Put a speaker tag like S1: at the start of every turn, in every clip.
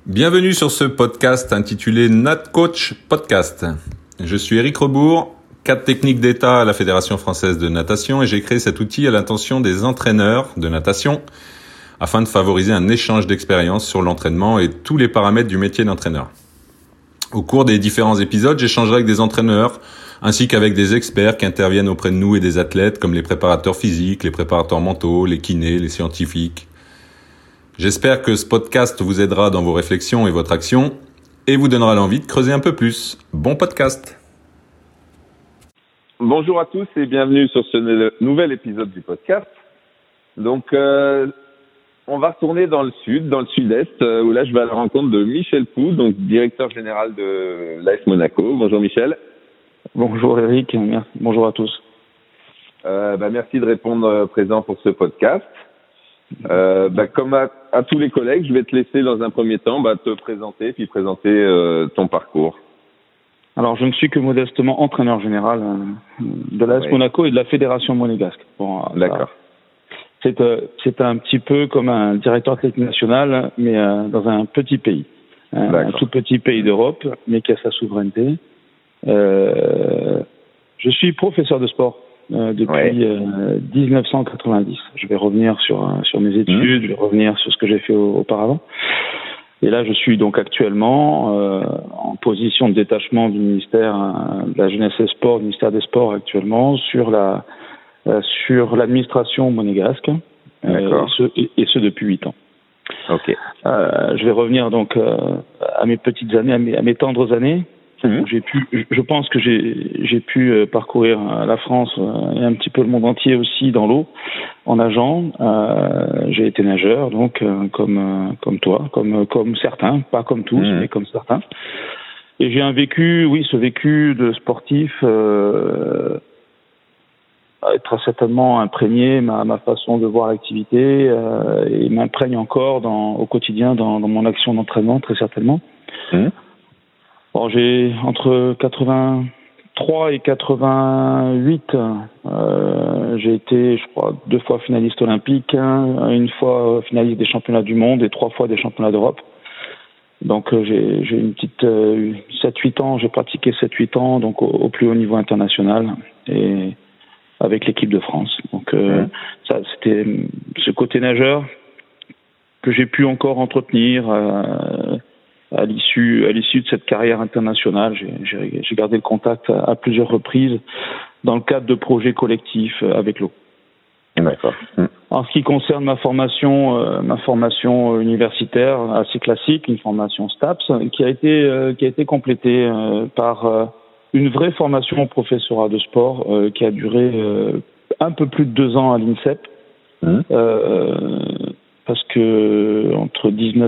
S1: Bienvenue sur ce podcast intitulé NatCoach Podcast. Je suis Éric Rebourg, cadre technique d'État à la Fédération française de natation et j'ai créé cet outil à l'intention des entraîneurs de natation afin de favoriser un échange d'expériences sur l'entraînement et tous les paramètres du métier d'entraîneur. Au cours des différents épisodes, j'échangerai avec des entraîneurs ainsi qu'avec des experts qui interviennent auprès de nous et des athlètes comme les préparateurs physiques, les préparateurs mentaux, les kinés, les scientifiques. J'espère que ce podcast vous aidera dans vos réflexions et votre action et vous donnera l'envie de creuser un peu plus. Bon podcast.
S2: Bonjour à tous et bienvenue sur ce nouvel épisode du podcast. Donc, on va retourner dans le sud, dans le sud-est, où là, je vais à la rencontre de Michel Pou, donc directeur général de l'AS Monaco. Bonjour Michel.
S3: Bonjour Eric, bonjour à tous.
S2: Merci de répondre présent pour ce podcast. Comme à tous les collègues, je vais te laisser dans un premier temps te présenter, puis présenter ton parcours.
S3: Alors, je ne suis que modestement entraîneur général de l'AS Monaco et de la Fédération monégasque. Bon,
S2: d'accord.
S3: C'est un petit peu comme un directeur technique national, mais dans un petit pays. Un tout petit pays d'Europe, mais qui a sa souveraineté. Je suis professeur de sport depuis 1990. Je vais revenir sur mes études, je vais revenir sur ce que j'ai fait auparavant. Et là, je suis donc actuellement en position de détachement du ministère de la Jeunesse et Sport, du ministère des Sports actuellement, sur l'administration monégasque, et ce depuis 8 ans.
S2: Ok.
S3: Je vais revenir donc à mes petites années, à mes tendres années. Je pense que j'ai pu parcourir la France et un petit peu le monde entier aussi dans l'eau en nageant. J'ai été nageur, donc comme toi, comme certains, pas comme tous, mais comme certains. Et j'ai ce vécu de sportif très certainement imprégné ma façon de voir l'activité et m'imprègne encore au quotidien dans mon action d'entraînement, très certainement. Bon, j'ai entre 83 et 88, j'ai été, je crois, 2 fois finaliste olympique, une fois finaliste des championnats du monde et 3 fois des championnats d'Europe. Donc j'ai une petite 7-8 ans, j'ai pratiqué 7-8 ans donc au plus haut niveau international et avec l'équipe de France. Donc ça c'était ce côté nageur que j'ai pu encore entretenir à l'issue de cette carrière internationale. J'ai gardé le contact à plusieurs reprises dans le cadre de projets collectifs avec l'eau.
S2: D'accord.
S3: En ce qui concerne ma formation universitaire assez classique, une formation STAPS, qui a été complétée par une vraie formation au professorat de sport qui a duré un peu plus de 2 ans à l'INSEP. Parce que entre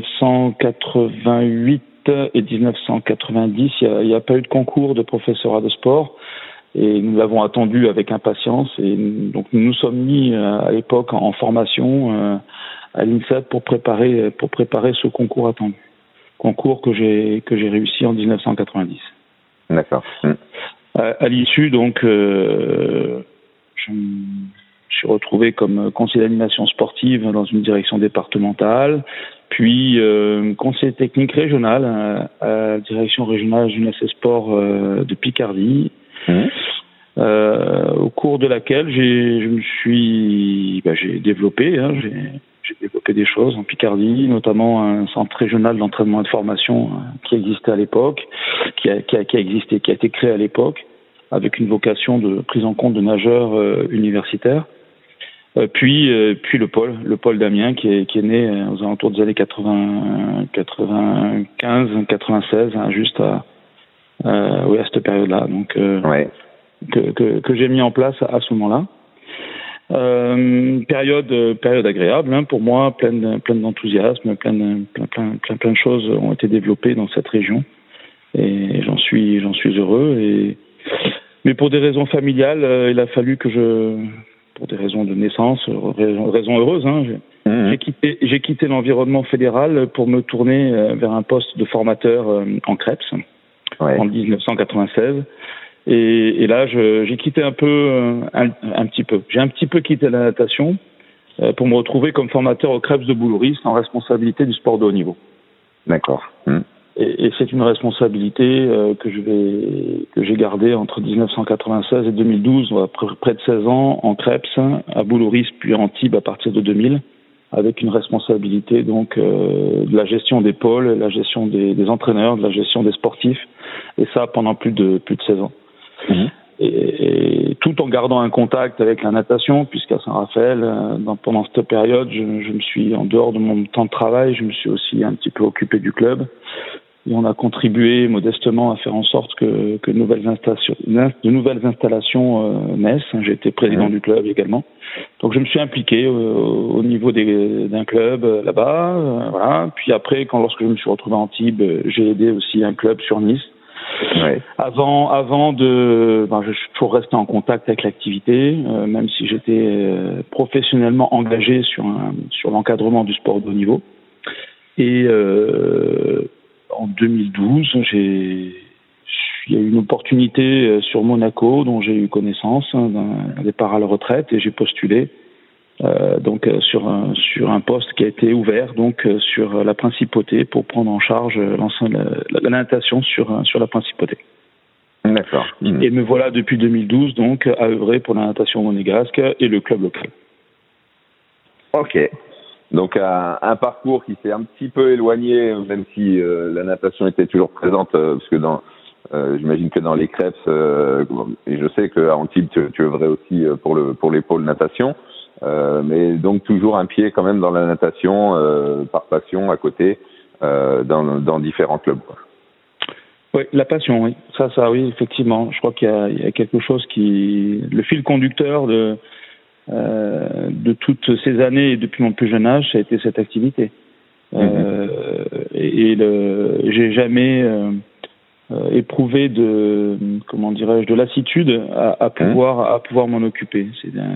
S3: 1988 et 1990, il n'y a pas eu de concours de professorat de sport et nous l'avons attendu avec impatience et donc nous nous sommes mis à l'époque en formation à l'INSEP pour préparer ce concours attendu. Concours que j'ai réussi en 1990.
S2: D'accord.
S3: À l'issue donc je suis retrouvé comme conseiller d'animation sportive dans une direction départementale, puis conseiller technique régional à la direction régionale jeunesse et sport de Picardie, au cours de laquelle j'ai développé des choses en Picardie, notamment un centre régional d'entraînement et de formation qui existait à l'époque, qui a été créé à l'époque, avec une vocation de prise en compte de nageurs universitaires. Puis le pôle d'Amiens qui est né aux alentours des années 95, 96, juste à cette période-là. Donc que j'ai mis en place à ce moment-là. Période agréable pour moi, pleine d'enthousiasme, plein de choses ont été développées dans cette région et j'en suis heureux. Mais pour des raisons familiales, il a fallu que pour des raisons de naissance, raisons heureuses, j'ai quitté l'environnement fédéral pour me tourner vers un poste de formateur en CREPS en 1996. Et là, j'ai quitté un petit peu. J'ai un petit peu quitté la natation pour me retrouver comme formateur au CREPS de Boulouris en responsabilité du sport de haut niveau.
S2: D'accord.
S3: Et c'est une responsabilité que j'ai gardée entre 1996 et 2012, près de 16 ans, en Creps, à Boulouris, puis en Tibes à partir de 2000, avec une responsabilité donc de la gestion des pôles, la gestion des entraîneurs, de la gestion des sportifs, et ça pendant plus de 16 ans. Et tout en gardant un contact avec la natation, puisqu'à Saint-Raphaël, pendant cette période, je me suis, en dehors de mon temps de travail, je me suis aussi un petit peu occupé du club. Et on a contribué modestement à faire en sorte que de nouvelles installations naissent. J'ai été président du club également. Donc je me suis impliqué au niveau d'un club là-bas. Voilà. Puis après, lorsque je me suis retrouvé à Antibes, j'ai aidé aussi un club sur Nice. Ouais. Je suis toujours resté en contact avec l'activité, même si j'étais professionnellement engagé sur l'encadrement du sport de haut niveau. Et en 2012, il y a eu une opportunité sur Monaco dont j'ai eu connaissance d'un départ à la retraite et j'ai postulé sur un poste qui a été ouvert sur la principauté pour prendre en charge la natation sur la principauté.
S2: D'accord.
S3: Et me voilà depuis 2012 donc à œuvrer pour la natation monégasque et le club local.
S2: Ok. Donc un parcours qui s'est un petit peu éloigné, même si la natation était toujours présente, parce que j'imagine que dans les Creps, et je sais qu'à Antibes tu œuvrais aussi pour les pôles natation, mais donc toujours un pied quand même dans la natation par passion à côté dans différents clubs.
S3: Oui, la passion, oui. Ça, oui, effectivement. Je crois qu'il y a quelque chose le fil conducteur de toutes ces années et depuis mon plus jeune âge, ça a été cette activité. J'ai jamais éprouvé de lassitude à pouvoir m'en occuper.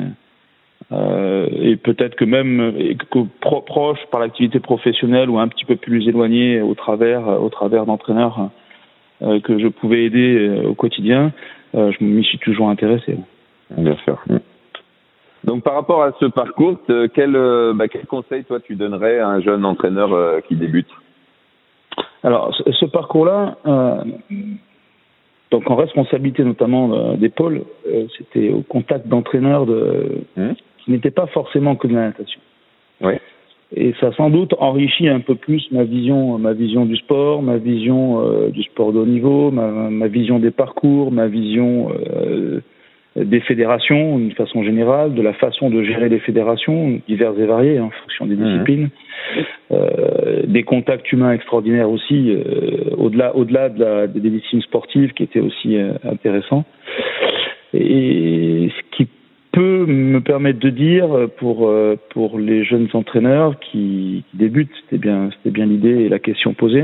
S3: Et peut-être que même proche par l'activité professionnelle ou un petit peu plus éloigné au travers d'entraîneurs que je pouvais aider au quotidien, je m'y suis toujours intéressé.
S2: Bien sûr. Donc par rapport à ce parcours, quel conseil toi tu donnerais à un jeune entraîneur qui débute?
S3: Alors ce parcours-là, donc en responsabilité notamment des pôles, c'était au contact d'entraîneurs qui n'étaient pas forcément que de la natation.
S2: Oui.
S3: Et ça a sans doute enrichi un peu plus ma vision du sport, ma vision du sport de haut niveau, ma vision des parcours, ma vision des fédérations d'une façon générale, de la façon de gérer les fédérations diverses et variées en fonction des disciplines, des contacts humains extraordinaires aussi, au-delà des disciplines sportives qui étaient aussi intéressants. Et ce qui peut me permettre de dire pour les jeunes entraîneurs qui débutent, c'était bien l'idée et la question posée,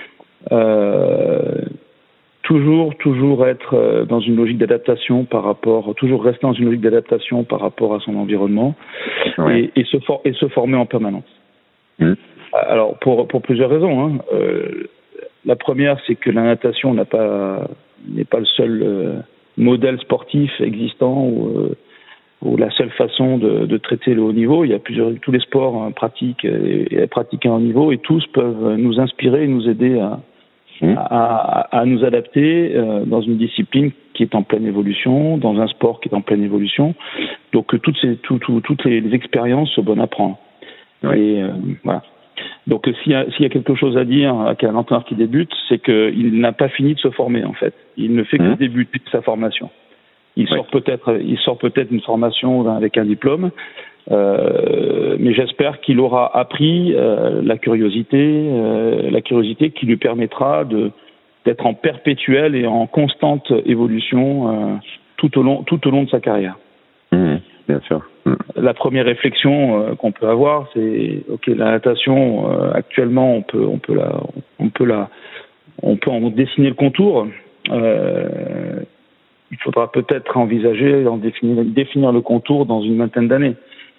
S3: toujours être dans une logique d'adaptation toujours rester dans une logique d'adaptation par rapport à son environnement, et se former en permanence. Alors pour plusieurs raisons. La première, c'est que la natation n'est pas le seul modèle sportif existant ou la seule façon de traiter le haut niveau. Il y a tous les sports pratiqués à haut niveau, et tous peuvent nous inspirer et nous aider à nous adapter dans une discipline qui est en pleine évolution, dans un sport qui est en pleine évolution. Donc toutes les expériences sont bonnes à prendre. Et voilà. Donc s'il y a quelque chose à dire à un entraîneur qui débute, c'est qu'il n'a pas fini de se former en fait. Il ne fait que débuter sa formation. Il sort peut-être une formation avec un diplôme, mais j'espère qu'il aura appris la curiosité qui lui permettra d'être en perpétuelle et en constante évolution tout au long de sa carrière.
S2: Bien sûr.
S3: La première réflexion qu'on peut avoir, c'est la natation actuellement on peut en dessiner le contour. Il faudra peut-être envisager d'en définir le contour dans une vingtaine d'années.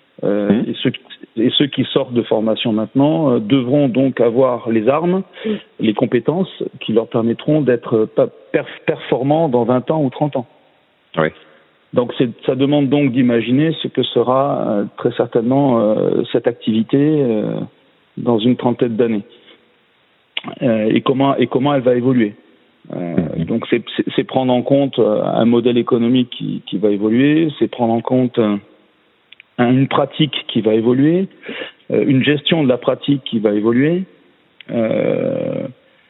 S3: Et ceux qui sortent de formation maintenant devront donc avoir les armes, les compétences qui leur permettront d'être performants dans 20 ans ou 30 ans.
S2: Oui.
S3: Donc ça demande donc d'imaginer ce que sera très certainement cette activité dans une trentaine d'années. et comment elle va évoluer. Donc c'est prendre en compte un modèle économique qui va évoluer, c'est prendre en compte une pratique qui va évoluer, une gestion de la pratique qui va évoluer. Ce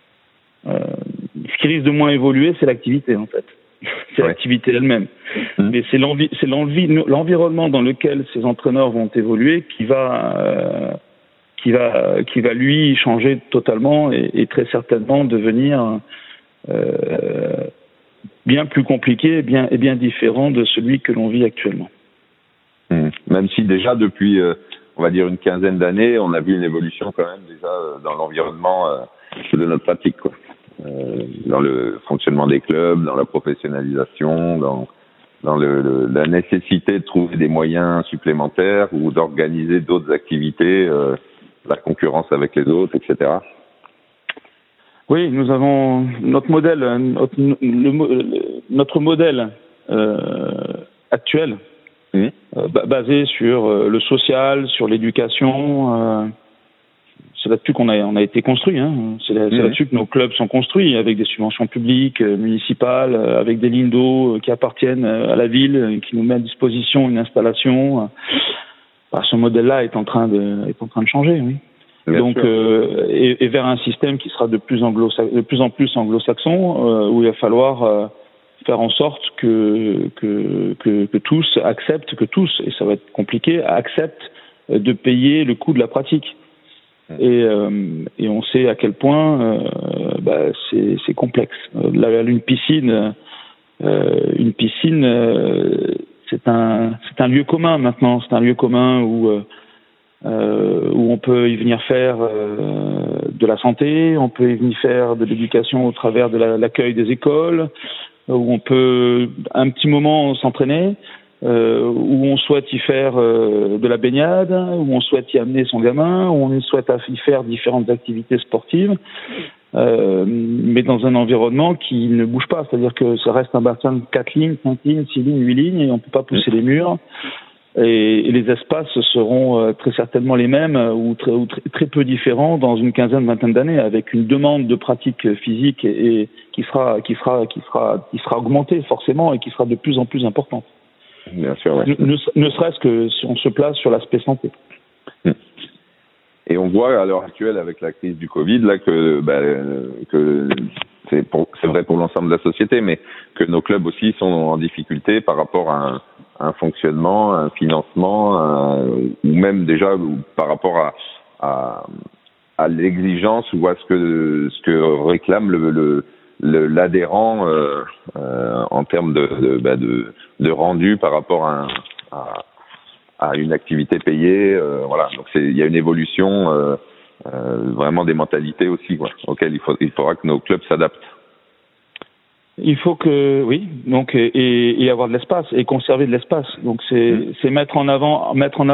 S3: qui risque de moins évoluer, c'est l'activité en fait. C'est l'activité elle-même. Mais c'est l'environnement dans lequel ces entraîneurs vont évoluer qui va lui changer totalement et très certainement devenir bien plus compliqué et bien différent de celui que l'on vit actuellement.
S2: Même si déjà depuis, on va dire une quinzaine d'années, on a vu une évolution quand même déjà dans l'environnement de notre pratique, quoi. Dans le fonctionnement des clubs, dans la professionnalisation, dans la nécessité de trouver des moyens supplémentaires ou d'organiser d'autres activités, la concurrence avec les autres, etc.
S3: Oui, nous avons notre modèle, notre modèle actuel, basé sur le social, sur l'éducation. C'est là-dessus qu'on a été construit. C'est là-dessus que nos clubs sont construits, avec des subventions publiques, municipales, avec des lignes d'eau qui appartiennent à la ville, qui nous met à disposition une installation. Ce modèle-là est en train de changer, oui. Donc, et vers un système qui sera de plus en plus anglo-saxon, où il va falloir faire en sorte que tous acceptent, et ça va être compliqué, acceptent de payer le coût de la pratique. Et on sait à quel point c'est complexe. Une piscine, c'est un lieu commun maintenant. C'est un lieu commun où on peut y venir faire de la santé, on peut y venir faire de l'éducation au travers de l'accueil des écoles, où on peut un petit moment s'entraîner, où on souhaite y faire de la baignade, où on souhaite y amener son gamin, où on souhaite y faire différentes activités sportives, mais dans un environnement qui ne bouge pas, c'est-à-dire que ça reste un bassin de 4 lignes, 5 lignes, 6 lignes, 8 lignes, et on ne peut pas pousser les murs. Et les espaces seront très certainement les mêmes ou très peu différents dans une quinzaine, vingtaine d'années, avec une demande de pratique physique et qui sera augmentée forcément et qui sera de plus en plus importante.
S2: Bien sûr, ouais.
S3: Ne serait-ce que si on se place sur l'aspect santé.
S2: Et on voit à l'heure actuelle avec la crise du Covid là que c'est vrai pour l'ensemble de la société, mais que nos clubs aussi sont en difficulté par rapport à un fonctionnement, un financement, ou même déjà par rapport à l'exigence ou à ce que réclame l'adhérent en termes de rendu par rapport à une activité payée. Voilà, donc il y a une évolution vraiment des mentalités aussi, quoi, auxquelles il faudra que nos clubs s'adaptent.
S3: Il faut donc et avoir de l'espace et conserver de l'espace. Donc c'est mettre en avant.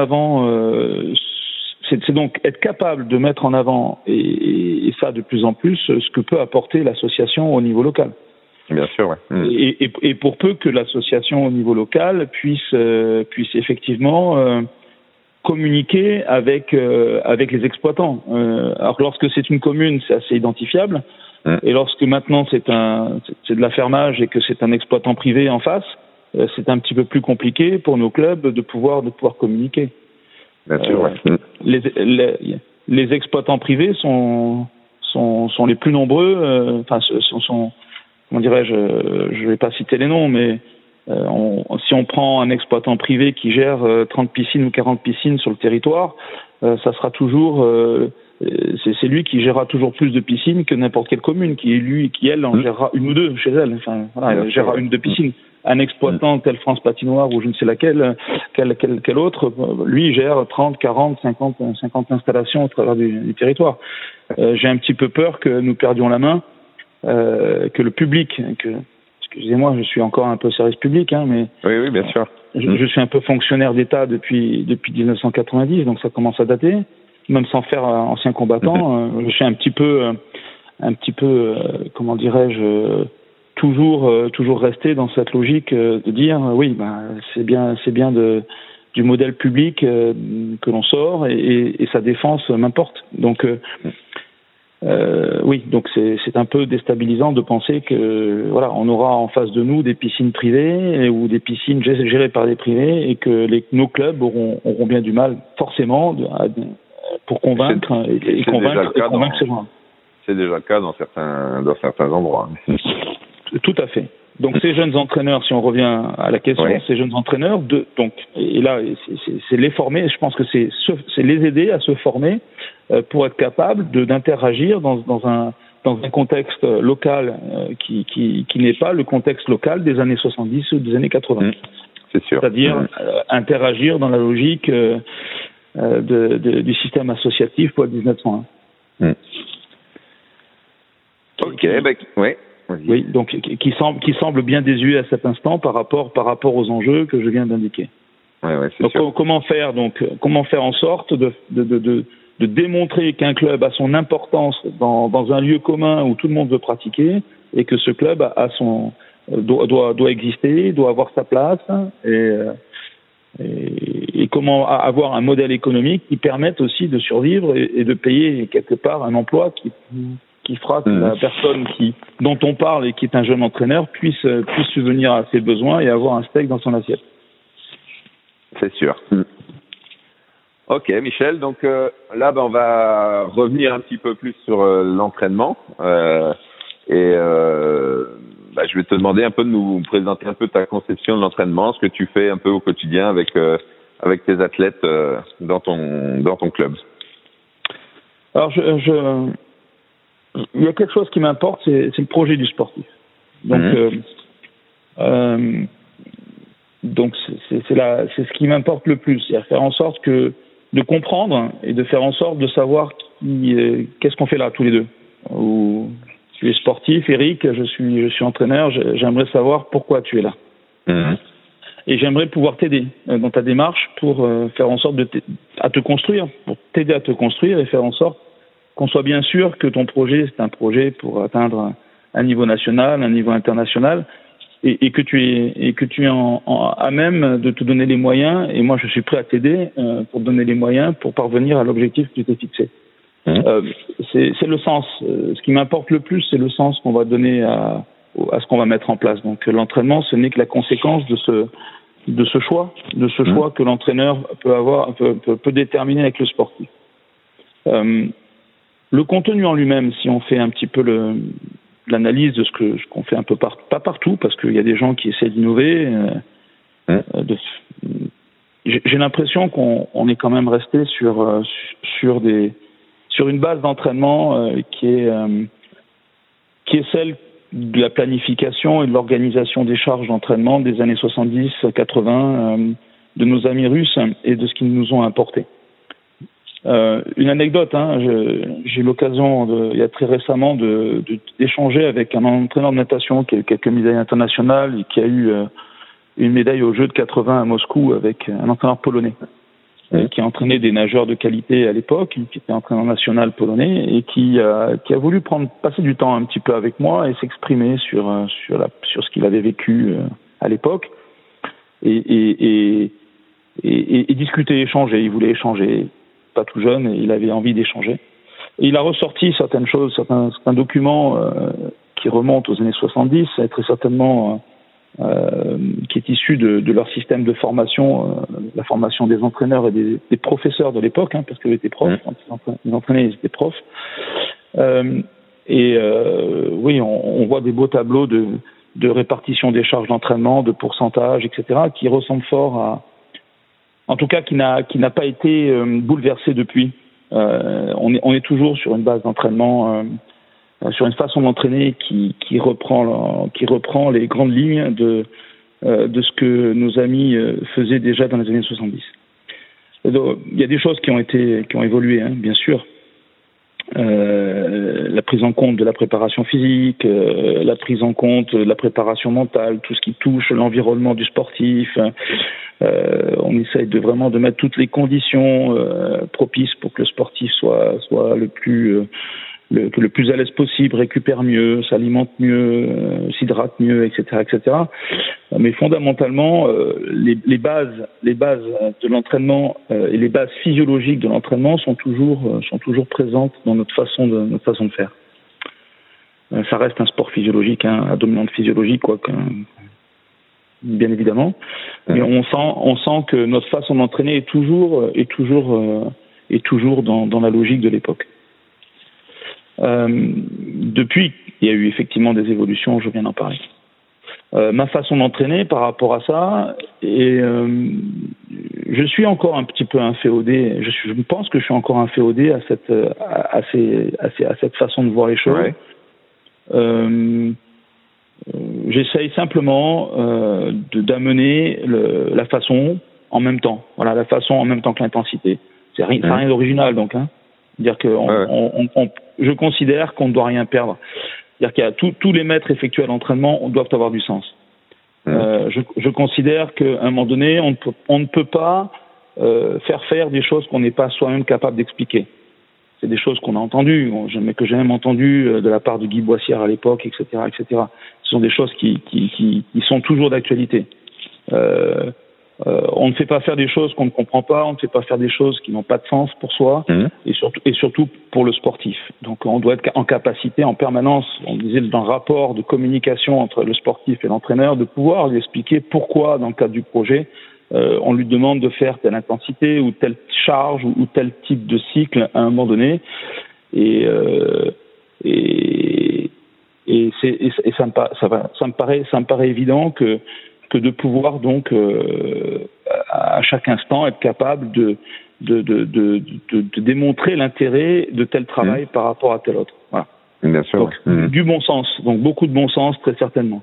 S3: C'est donc être capable de mettre en avant et ça de plus en plus ce que peut apporter l'association au niveau local.
S2: Bien sûr, ouais.
S3: Et pour peu que l'association au niveau local puisse effectivement communiquer avec les exploitants. Alors lorsque c'est une commune, c'est assez identifiable. Et lorsque maintenant c'est de l'affermage et que c'est un exploitant privé en face, c'est un petit peu plus compliqué pour nos clubs de pouvoir communiquer.
S2: Bien sûr, ouais.
S3: Les exploitants privés sont les plus nombreux. Comment dirais-je, je vais pas citer les noms, mais si on prend un exploitant privé qui gère 30 piscines ou 40 piscines sur le territoire, ça sera toujours c'est lui qui gérera toujours plus de piscines que n'importe quelle commune, elle en gérera une ou deux chez elle. Enfin, voilà, elle gérera une ou deux piscines. Un exploitant tel France Patinoire ou je ne sais laquelle, quel autre, lui gère 30, 40, 50 installations au travers du territoire. J'ai un petit peu peur que nous perdions la main, que le public, excusez-moi, je suis encore un peu service public, mais
S2: oui, bien sûr.
S3: Je suis un peu fonctionnaire d'État depuis 1990, donc ça commence à dater. Même sans faire ancien combattant, je suis un petit peu, comment dirais-je, toujours rester dans cette logique de dire c'est bien du modèle public que l'on sort et sa défense m'importe. Donc Oui, donc c'est un peu déstabilisant de penser que voilà, on aura en face de nous des piscines privées ou des piscines gérées par des privés et que nos clubs auront bien du mal forcément pour convaincre et convaincre ces gens.
S2: C'est déjà le cas dans certains endroits.
S3: Tout à fait. Donc ces jeunes entraîneurs, si on revient à la question, ces jeunes entraîneurs, et là c'est les former. Je pense que c'est les aider à se former pour être capables d'interagir dans un contexte local qui n'est pas le contexte local des années 70 ou des années 80.
S2: C'est sûr.
S3: C'est-à-dire interagir dans la logique du système associatif pour 1901.
S2: Ok,
S3: oui, donc qui semble bien désuet à cet instant par rapport aux enjeux que je viens d'indiquer.
S2: Donc sûr.
S3: Comment faire en sorte de démontrer qu'un club a son importance dans un lieu commun où tout le monde veut pratiquer et que ce club doit exister, doit avoir sa place et comment avoir un modèle économique qui permette aussi de survivre et de payer quelque part un emploi qui fera que la personne dont on parle et qui est un jeune entraîneur puisse subvenir à ses besoins et avoir un steak dans son assiette.
S2: C'est sûr. Ok, Michel. Donc là, on va revenir un petit peu plus sur l'entraînement. Je vais te demander un peu de nous présenter un peu ta conception de l'entraînement, ce que tu fais un peu au quotidien avec tes athlètes dans ton club.
S3: Alors, il y a quelque chose qui m'importe, c'est le projet du sportif. Donc, c'est ce qui m'importe le plus, c'est-à-dire faire en sorte de comprendre et de faire en sorte de savoir qu'est-ce qu'on fait là tous les deux. Tu es sportif, Eric, je suis entraîneur, j'aimerais savoir pourquoi tu es là. Et j'aimerais pouvoir t'aider dans ta démarche pour faire en sorte à te construire, pour t'aider à te construire et faire en sorte qu'on soit bien sûr que ton projet, c'est un projet pour atteindre un niveau national, un niveau international, et que tu es à même de te donner les moyens, et moi je suis prêt à t'aider pour te donner les moyens pour parvenir à l'objectif que tu t'es fixé. C'est le sens. Ce qui m'importe le plus, c'est le sens qu'on va donner à ce qu'on va mettre en place. Donc l'entraînement, ce n'est que la conséquence de ce choix que l'entraîneur peut déterminer avec le sportif. Le contenu en lui-même, si on fait un petit peu l'analyse de ce qu'on fait un peu pas partout, parce qu'il y a des gens qui essaient d'innover. J'ai l'impression qu'on est quand même resté sur une base d'entraînement qui est celle de la planification et de l'organisation des charges d'entraînement des années 70-80 de nos amis russes et de ce qu'ils nous ont apporté. Une anecdote, j'ai eu l'occasion il y a très récemment d'échanger avec un entraîneur de natation qui a eu quelques médailles internationales et qui a eu une médaille aux Jeux de 80 à Moscou avec un entraîneur polonais qui a entraîné des nageurs de qualité à l'époque, qui était entraîneur national polonais et qui a voulu passer du temps un petit peu avec moi et s'exprimer sur ce qu'il avait vécu à l'époque et discuter, échanger. Il voulait échanger. Pas tout jeune, et il avait envie d'échanger. Et il a ressorti certaines choses, certains documents qui remontent aux années 70, très certainement qui est issu de leur système de formation, la formation des entraîneurs et des professeurs de l'époque, parce qu'ils étaient profs, quand ils entraînaient, ils étaient profs. Oui, on voit des beaux tableaux de répartition des charges d'entraînement, de pourcentage, etc., qui ressemblent fort en tout cas, qui n'a pas été bouleversé depuis. On est toujours sur une base d'entraînement, sur une façon d'entraîner qui reprend les grandes lignes de ce que nos amis faisaient déjà dans les années 70. Donc, il y a des choses qui ont évolué, bien sûr. La prise en compte de la préparation physique, la prise en compte de la préparation mentale, tout ce qui touche l'environnement du sportif. On essaye de mettre toutes les conditions propices pour que le sportif soit le plus à l'aise possible, récupère mieux, s'alimente mieux, s'hydrate mieux, etc., etc. Mais fondamentalement, les bases de l'entraînement et les bases physiologiques de l'entraînement sont toujours présentes dans notre façon de faire. Ça reste un sport physiologique, à dominante physiologique, bien évidemment. Mais on sent que notre façon d'entraîner est toujours dans la logique de l'époque. Depuis, il y a eu effectivement des évolutions, je viens d'en parler. Ma façon d'entraîner par rapport à ça, et je suis encore un petit peu inféodé. Je pense que je suis encore inféodé à cette façon de voir les choses. Ouais. J'essaye simplement d'amener la façon en même temps. Voilà, la façon en même temps que l'intensité. C'est rien d'original, donc. C'est-à-dire que je considère qu'on ne doit rien perdre. C'est-à-dire qu'il y a tous les mètres effectués à l'entraînement doivent avoir du sens. Je considère qu'à un moment donné, on ne peut pas faire des choses qu'on n'est pas soi-même capable d'expliquer. C'est des choses qu'on a entendues, que j'ai même entendues de la part de Guy Boissière à l'époque, etc., etc. Ce sont des choses qui sont toujours d'actualité. On ne fait pas faire des choses qu'on ne comprend pas, on ne fait pas faire des choses qui n'ont pas de sens pour soi, et surtout pour le sportif. Donc on doit être en capacité en permanence, on disait dans le rapport de communication entre le sportif et l'entraîneur, de pouvoir lui expliquer pourquoi dans le cadre du projet, on lui demande de faire telle intensité ou telle charge ou tel type de cycle à un moment donné, et ça me paraît évident que de pouvoir donc à chaque instant être capable de démontrer l'intérêt de tel travail par rapport à tel autre. Voilà.
S2: Bien sûr.
S3: Donc, du bon sens, donc beaucoup de bon sens très certainement.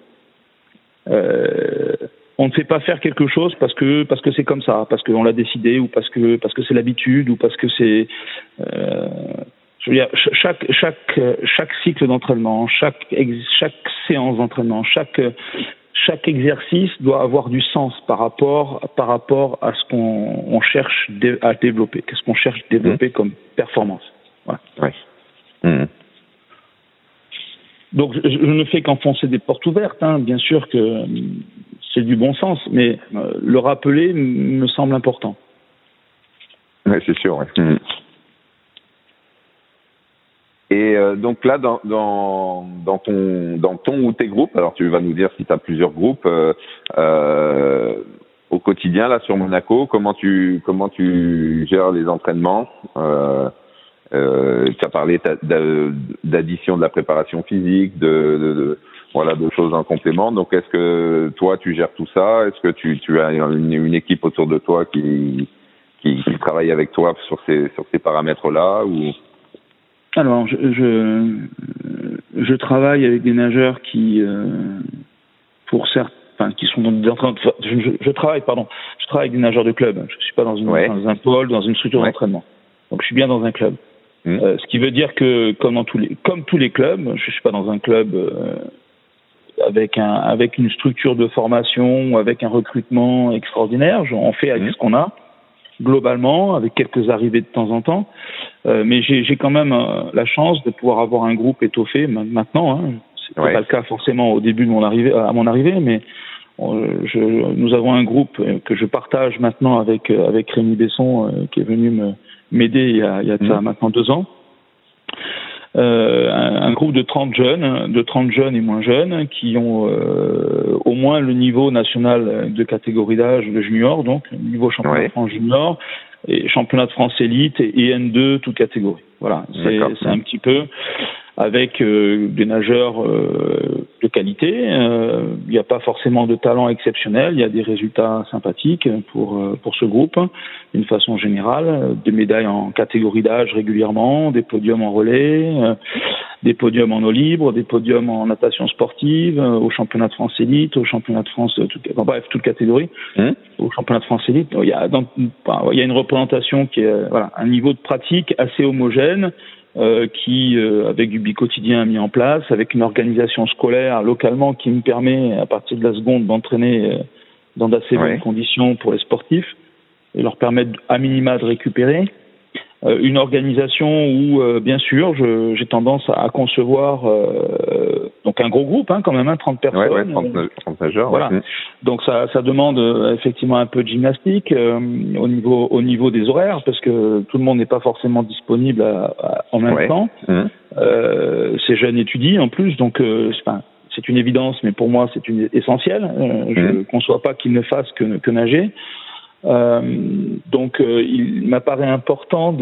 S3: On ne fait pas faire quelque chose parce que c'est comme ça, parce qu'on l'a décidé, ou parce que c'est l'habitude, ou parce que c'est je veux dire, chaque cycle d'entraînement, chaque séance d'entraînement, chaque exercice doit avoir du sens par rapport à ce qu'on cherche à développer. Qu'est-ce qu'on cherche à développer comme performance. Voilà. Ouais. Donc, je ne fais qu'enfoncer des portes ouvertes. Bien sûr que c'est du bon sens, mais le rappeler me semble important.
S2: Oui, c'est sûr. Ouais. Et donc là, dans ton ou tes groupes, alors tu vas nous dire si tu as plusieurs groupes au quotidien là sur Monaco, comment tu gères les entraînements, tu as parlé d'addition de la préparation physique, de choses en complément. Donc est-ce que toi tu gères tout ça? Est-ce que tu as une équipe autour de toi qui travaille avec toi sur ces paramètres-là, ou?
S3: Alors, je travaille avec des nageurs qui, pour certains, qui sont je travaille avec des nageurs de club. Je suis pas dans un pôle, dans une structure d'entraînement. Donc, je suis bien dans un club. Ce qui veut dire que, comme tous les clubs, je suis pas dans un club avec une structure de formation, avec un recrutement extraordinaire. On fait avec ce qu'on a. Globalement, avec quelques arrivées de temps en temps, mais j'ai quand même la chance de pouvoir avoir un groupe étoffé maintenant. C'est pas le cas forcément au début de mon arrivée, mais nous avons un groupe que je partage maintenant avec Rémi Besson, qui est venu m'aider il y a ça maintenant 2 ans. Un groupe de 30 jeunes et moins jeunes qui ont au moins le niveau national de catégorie d'âge de junior, donc niveau championnat de France junior et championnat de France élite et N2 toute catégorie. Voilà, c'est un petit peu avec des nageurs de qualité. Il n'y a pas forcément de talent exceptionnel, il y a des résultats sympathiques pour ce groupe, d'une façon générale, des médailles en catégorie d'âge régulièrement, des podiums en relais, des podiums en eau libre, des podiums en natation sportive, au championnat de France élite, au championnat de France, toute catégorie, au championnat de France élite. Il y a une représentation qui est un niveau de pratique assez homogène, qui avec du bi-quotidien mis en place, avec une organisation scolaire localement qui me permet à partir de la seconde d'entraîner dans d'assez bonnes conditions pour les sportifs et leur permettre à minima de récupérer. une organisation où, bien sûr, j'ai tendance à concevoir donc un gros groupe, quand même, 30 personnes.
S2: 30 nageurs.
S3: Voilà.
S2: Ouais.
S3: Donc ça demande effectivement un peu de gymnastique au niveau des horaires, parce que tout le monde n'est pas forcément disponible en même temps. Ces jeunes étudient en plus, donc c'est une évidence, mais pour moi c'est essentiel. Je ne conçois pas qu'ils ne fassent que nager. Donc il m'apparaît important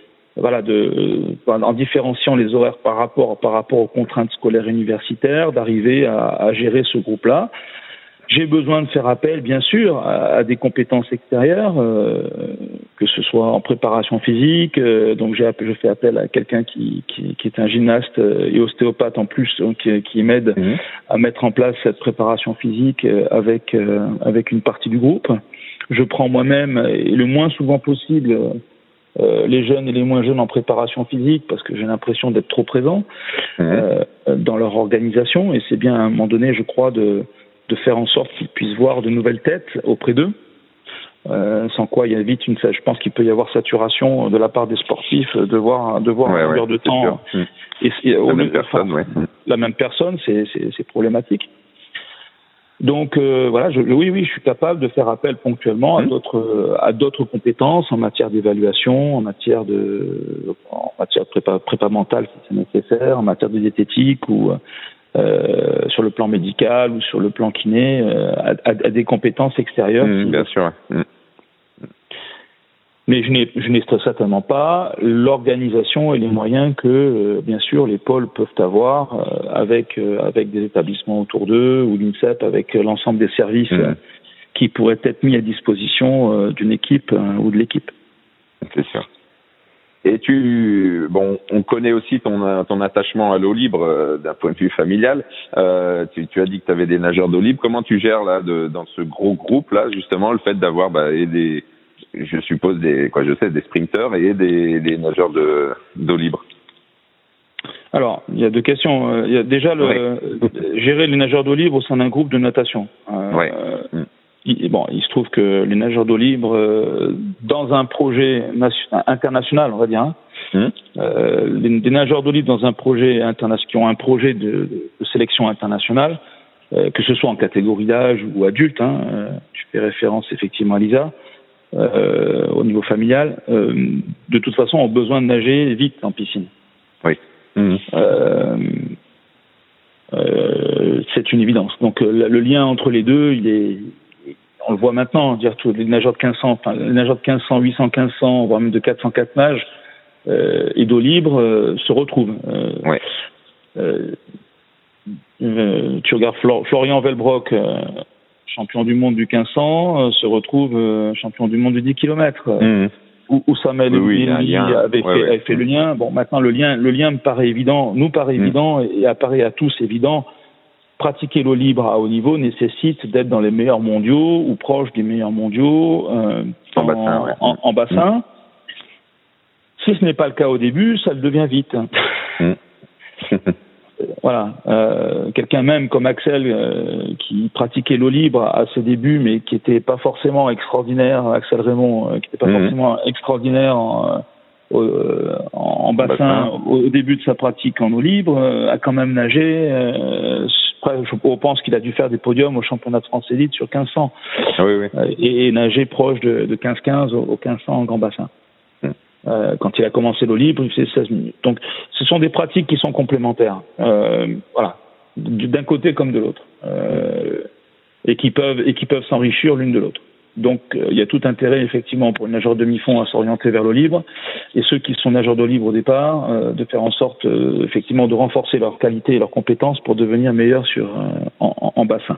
S3: en différenciant les horaires par rapport aux contraintes scolaires universitaires, d'arriver à gérer ce groupe-là. J'ai besoin de faire appel, bien sûr, à des compétences extérieures, que ce soit en préparation physique. Donc je fais appel à quelqu'un qui est un gymnaste et ostéopathe en plus, donc, qui m'aide à mettre en place cette préparation physique avec une partie du groupe. Je prends moi-même, et le moins souvent possible, les jeunes et les moins jeunes en préparation physique, parce que j'ai l'impression d'être trop présent dans leur organisation, et c'est bien à un moment donné, je crois, de faire en sorte qu'ils puissent voir de nouvelles têtes auprès d'eux, sans quoi il y a vite je pense qu'il peut y avoir saturation de la part des sportifs de voir en longueur de temps la même personne, c'est problématique. Donc oui, je suis capable de faire appel ponctuellement à d'autres compétences en matière d'évaluation, en matière de prépa mentale si c'est nécessaire, en matière de diététique ou sur le plan médical ou sur le plan kiné, à des compétences extérieures.
S2: Bien sûr.
S3: Mais je n'ai certainement pas l'organisation et les moyens que, bien sûr, les pôles peuvent avoir avec des établissements autour d'eux ou l'INSEP avec l'ensemble des services qui pourraient être mis à disposition d'une équipe ou de l'équipe.
S2: C'est sûr. Et on connaît aussi ton attachement à l'eau libre d'un point de vue familial. Tu as dit que tu avais des nageurs d'eau libre. Comment tu gères là dans ce gros groupe là justement le fait d'avoir je suppose des sprinteurs et des nageurs d'eau libre?
S3: Alors, il y a deux questions. Il y a déjà gérer les nageurs d'eau libre au sein d'un groupe de natation. Il se trouve que les nageurs d'eau libre, dans un projet international, on va dire, des nageurs d'eau libre dans un projet international, qui ont un projet de sélection internationale, que ce soit en catégorie d'âge ou adulte, tu fais référence effectivement à Lisa, au niveau familial, de toute façon ont besoin de nager vite en piscine.
S2: Oui.
S3: C'est une évidence. Donc le lien entre les deux, on le voit maintenant, les nageurs de 1500, 800, 1500, voire même de 404 nages et d'eau libre se retrouvent. Tu regardes Florian Velbrock, champion du monde du 1500, se retrouve champion du monde du 10 km. Où Samuel avait fait le lien. Bon, maintenant le lien me paraît évident, nous paraît évident et apparaît à tous évident. Pratiquer l'eau libre à haut niveau nécessite d'être dans les meilleurs mondiaux ou proche des meilleurs mondiaux en bassin. Si ce n'est pas le cas au début, ça le devient vite. Voilà. Quelqu'un même comme Axel qui pratiquait l'eau libre à ses débuts, mais qui était pas forcément extraordinaire, Axel Raymond, qui n'était pas forcément extraordinaire en bassin au début de sa pratique en eau libre, a quand même nagé. Je pense qu'il a dû faire des podiums au championnat de France élite sur 1500 et nager proche de 15-15 au 1500 en grand bassin. Quand il a commencé l'eau libre, il faisait 16 minutes. Donc, ce sont des pratiques qui sont complémentaires, d'un côté comme de l'autre, et qui peuvent s'enrichir l'une de l'autre. Donc, il y a tout intérêt, effectivement, pour les nageurs demi-fond à s'orienter vers l'eau libre, et ceux qui sont nageurs d'eau libre au départ, de faire en sorte, effectivement, de renforcer leur qualité et leurs compétences pour devenir meilleurs en bassin.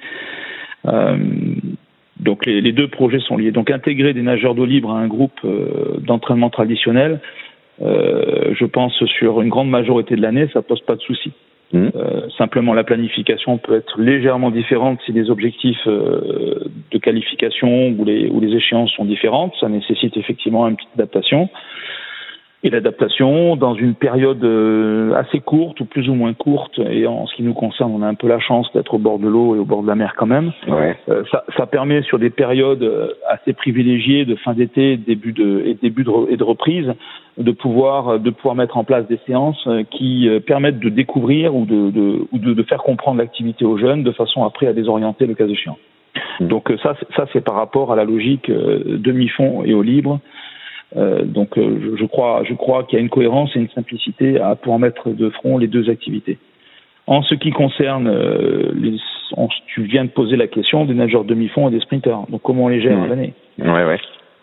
S3: Donc les deux projets sont liés. Donc intégrer des nageurs d'eau libre à un groupe d'entraînement traditionnel, je pense sur une grande majorité de l'année, ça pose pas de souci. Simplement la planification peut être légèrement différente si les objectifs de qualification ou les échéances sont différentes. Ça nécessite effectivement une petite adaptation. et l'adaptation dans une période assez courte ou plus ou moins courte. Et en ce qui nous concerne, on a un peu la chance d'être au bord de l'eau et au bord de la mer quand même.
S2: Ouais.
S3: Ça permet sur des périodes assez privilégiées de fin d'été, début de reprise, de pouvoir mettre en place des séances qui permettent de découvrir ou de faire comprendre l'activité aux jeunes de façon après à les orienter le cas échéant. Donc ça c'est par rapport à la logique demi-fond et au libre. Donc je crois qu'il y a une cohérence et une simplicité à pouvoir mettre de front les deux activités. En ce qui concerne tu viens de poser la question des nageurs demi-fond et des sprinters. Donc comment on les gère à l'année?
S2: Ouais.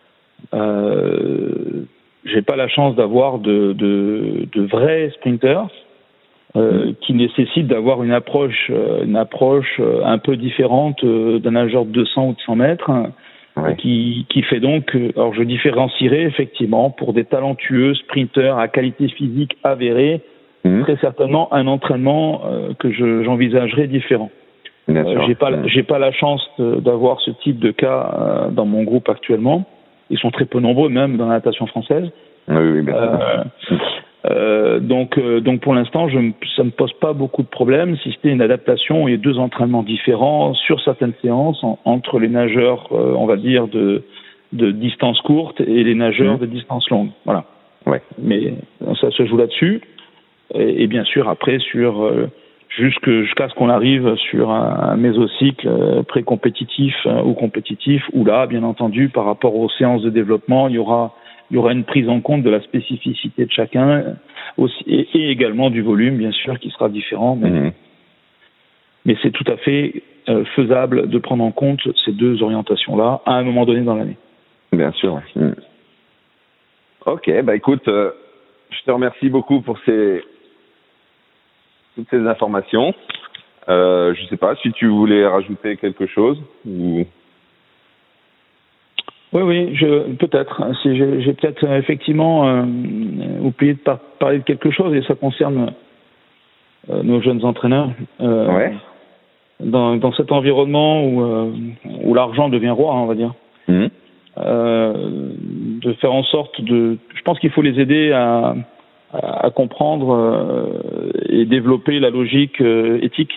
S3: J'ai pas la chance d'avoir de vrais sprinters qui nécessitent d'avoir une approche un peu différente d'un nageur de 200 ou de 100 mètres. Ouais. Qui fait donc, alors je différencierai effectivement pour des talentueux sprinteurs à qualité physique avérée, très certainement un entraînement que j'envisagerai différent. J'ai pas la chance d'avoir ce type de cas dans mon groupe actuellement. Ils sont très peu nombreux même dans la natation française.
S2: Oui, bien sûr.
S3: Donc pour l'instant, ça me pose pas beaucoup de problèmes, si c'était une adaptation et 2 entraînements différents sur certaines séances entre les nageurs, on va dire de distance courte et les nageurs de distance longue. Voilà.
S2: Ouais.
S3: Mais ça se joue là-dessus. Et bien sûr après jusqu'à ce qu'on arrive sur un mésocycle pré-compétitif ou compétitif, où là, bien entendu, par rapport aux séances de développement, il y aura une prise en compte de la spécificité de chacun aussi, et également du volume, bien sûr, qui sera différent. Mais c'est tout à fait faisable de prendre en compte ces 2 orientations-là à un moment donné dans l'année.
S2: Bien sûr. Ok, écoute, je te remercie beaucoup pour toutes ces informations. Je sais pas si tu voulais rajouter quelque chose ou...
S3: Oui, peut-être. J'ai peut-être effectivement oublié de parler de quelque chose, et ça concerne nos jeunes entraîneurs. Dans cet environnement où l'argent devient roi, on va dire. De faire en sorte je pense qu'il faut les aider à comprendre et développer la logique éthique.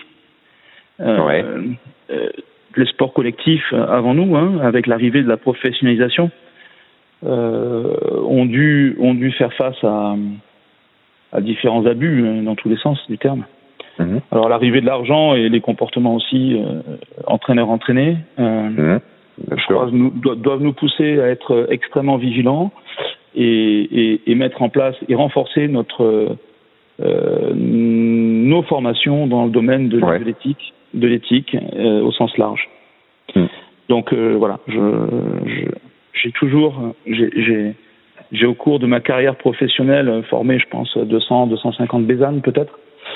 S3: Les sports collectifs avant nous, avec l'arrivée de la professionnalisation, ont dû faire face à différents abus dans tous les sens du terme. Alors l'arrivée de l'argent et les comportements aussi entraîneurs-entraînés, je crois, doivent nous pousser à être extrêmement vigilants et mettre en place et renforcer nos formations dans le domaine de l'éthique au sens large. Donc voilà, j'ai au cours de ma carrière professionnelle formé, je pense, 250 bésanes peut-être,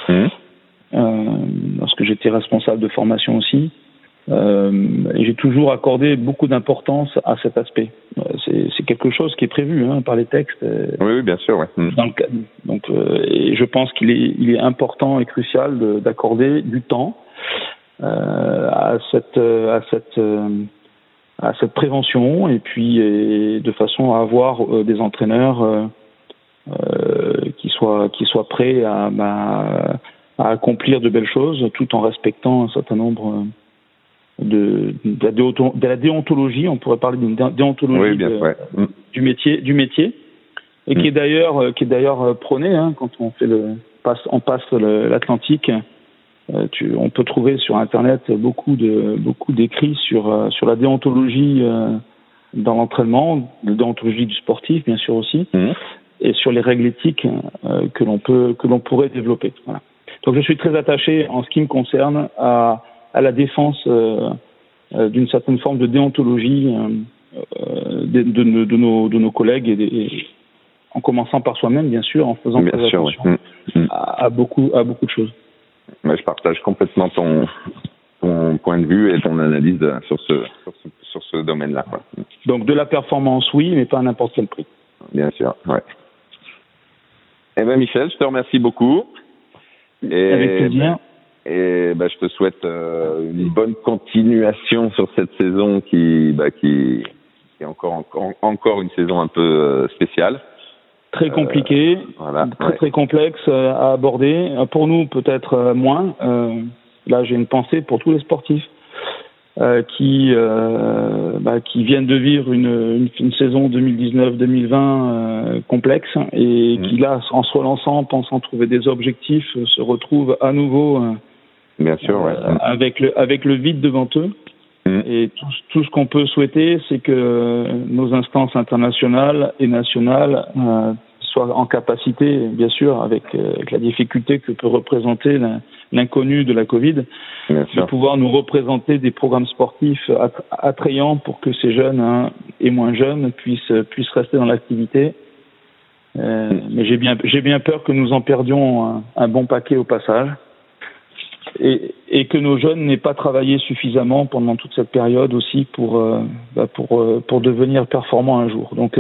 S3: lorsque j'étais responsable de formation aussi. Et j'ai toujours accordé beaucoup d'importance à cet aspect. C'est quelque chose qui est prévu par les textes.
S2: Oui, bien sûr. Ouais.
S3: Dans le cadre. Donc, et je pense qu'il est important et crucial d'accorder du temps à cette prévention, et puis de façon à avoir des entraîneurs qui soient prêts à accomplir de belles choses, tout en respectant un certain nombre de la déontologie. On pourrait parler d'une déontologie du métier, et qui est d'ailleurs prônée quand on passe l'Atlantique. On peut trouver sur Internet beaucoup d'écrits sur la déontologie dans l'entraînement, la déontologie du sportif bien sûr aussi, et sur les règles éthiques que l'on pourrait développer. Voilà. Donc je suis très attaché en ce qui me concerne à la défense d'une certaine forme de déontologie de nos collègues, et en commençant par soi-même bien sûr, en faisant très attention à beaucoup de choses.
S2: Je partage complètement ton point de vue et ton analyse sur ce domaine-là.
S3: Donc de la performance, oui, mais pas à n'importe quel prix.
S2: Bien sûr, ouais. Eh bien Michel, je te remercie beaucoup.
S3: Avec plaisir.
S2: Je te souhaite une bonne continuation sur cette saison qui est encore une saison un peu spéciale.
S3: très compliqué, très complexe à aborder. Pour nous, peut-être moins. Là, j'ai une pensée pour tous les sportifs qui viennent de vivre une saison 2019-2020 complexe et qui là, en se relançant, pensant trouver des objectifs, se retrouvent à nouveau
S2: bien sûr,
S3: avec le vide devant eux. Et tout ce qu'on peut souhaiter, c'est que nos instances internationales et nationales soient en capacité, bien sûr, avec la difficulté que peut représenter l'inconnu de la Covid, de pouvoir nous représenter des programmes sportifs attrayants pour que ces jeunes et moins jeunes puissent rester dans l'activité. Mais j'ai bien peur que nous en perdions un bon paquet au passage. Et que nos jeunes n'aient pas travaillé suffisamment pendant toute cette période aussi pour devenir performants un jour. Donc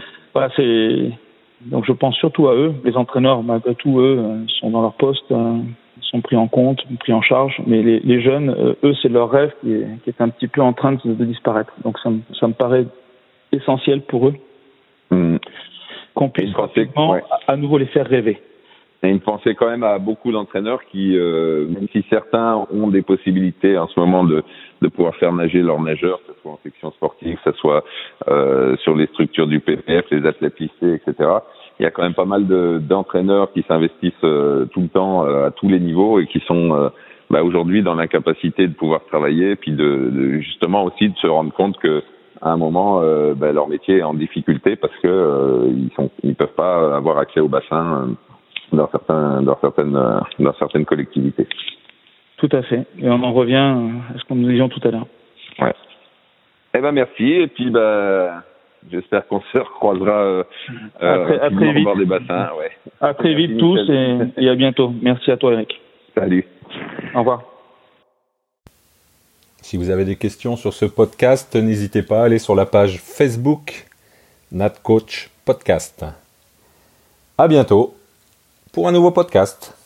S3: donc je pense surtout à eux. Les entraîneurs, malgré tout, eux, sont dans leur poste, sont pris en compte, pris en charge. Mais les jeunes, eux, c'est leur rêve qui est un petit peu en train de disparaître. Donc ça me paraît essentiel pour eux qu'on puisse rapidement à nouveau les faire rêver.
S2: Et une pensée quand même à beaucoup d'entraîneurs qui, même si certains ont des possibilités en ce moment de pouvoir faire nager leurs nageurs, que ce soit en section sportive, que ce soit sur les structures du PPF, les athlètes lycées, etc. Il y a quand même pas mal d'entraîneurs qui s'investissent tout le temps à tous les niveaux et qui sont aujourd'hui dans l'incapacité de pouvoir travailler, puis de justement aussi de se rendre compte que à un moment leur métier est en difficulté parce que ils peuvent pas avoir accès au bassin. Dans certaines collectivités.
S3: Tout à fait. Et on en revient à ce que nous disions tout à l'heure.
S2: Ouais. Merci. Et puis, j'espère qu'on se recroisera
S3: à très vite.
S2: au bord des bassins. Ouais.
S3: À très vite tous et à bientôt. Merci à toi, Eric.
S2: Salut.
S3: Au revoir.
S1: Si vous avez des questions sur ce podcast, n'hésitez pas à aller sur la page Facebook NatCoach Podcast. À bientôt pour un nouveau podcast.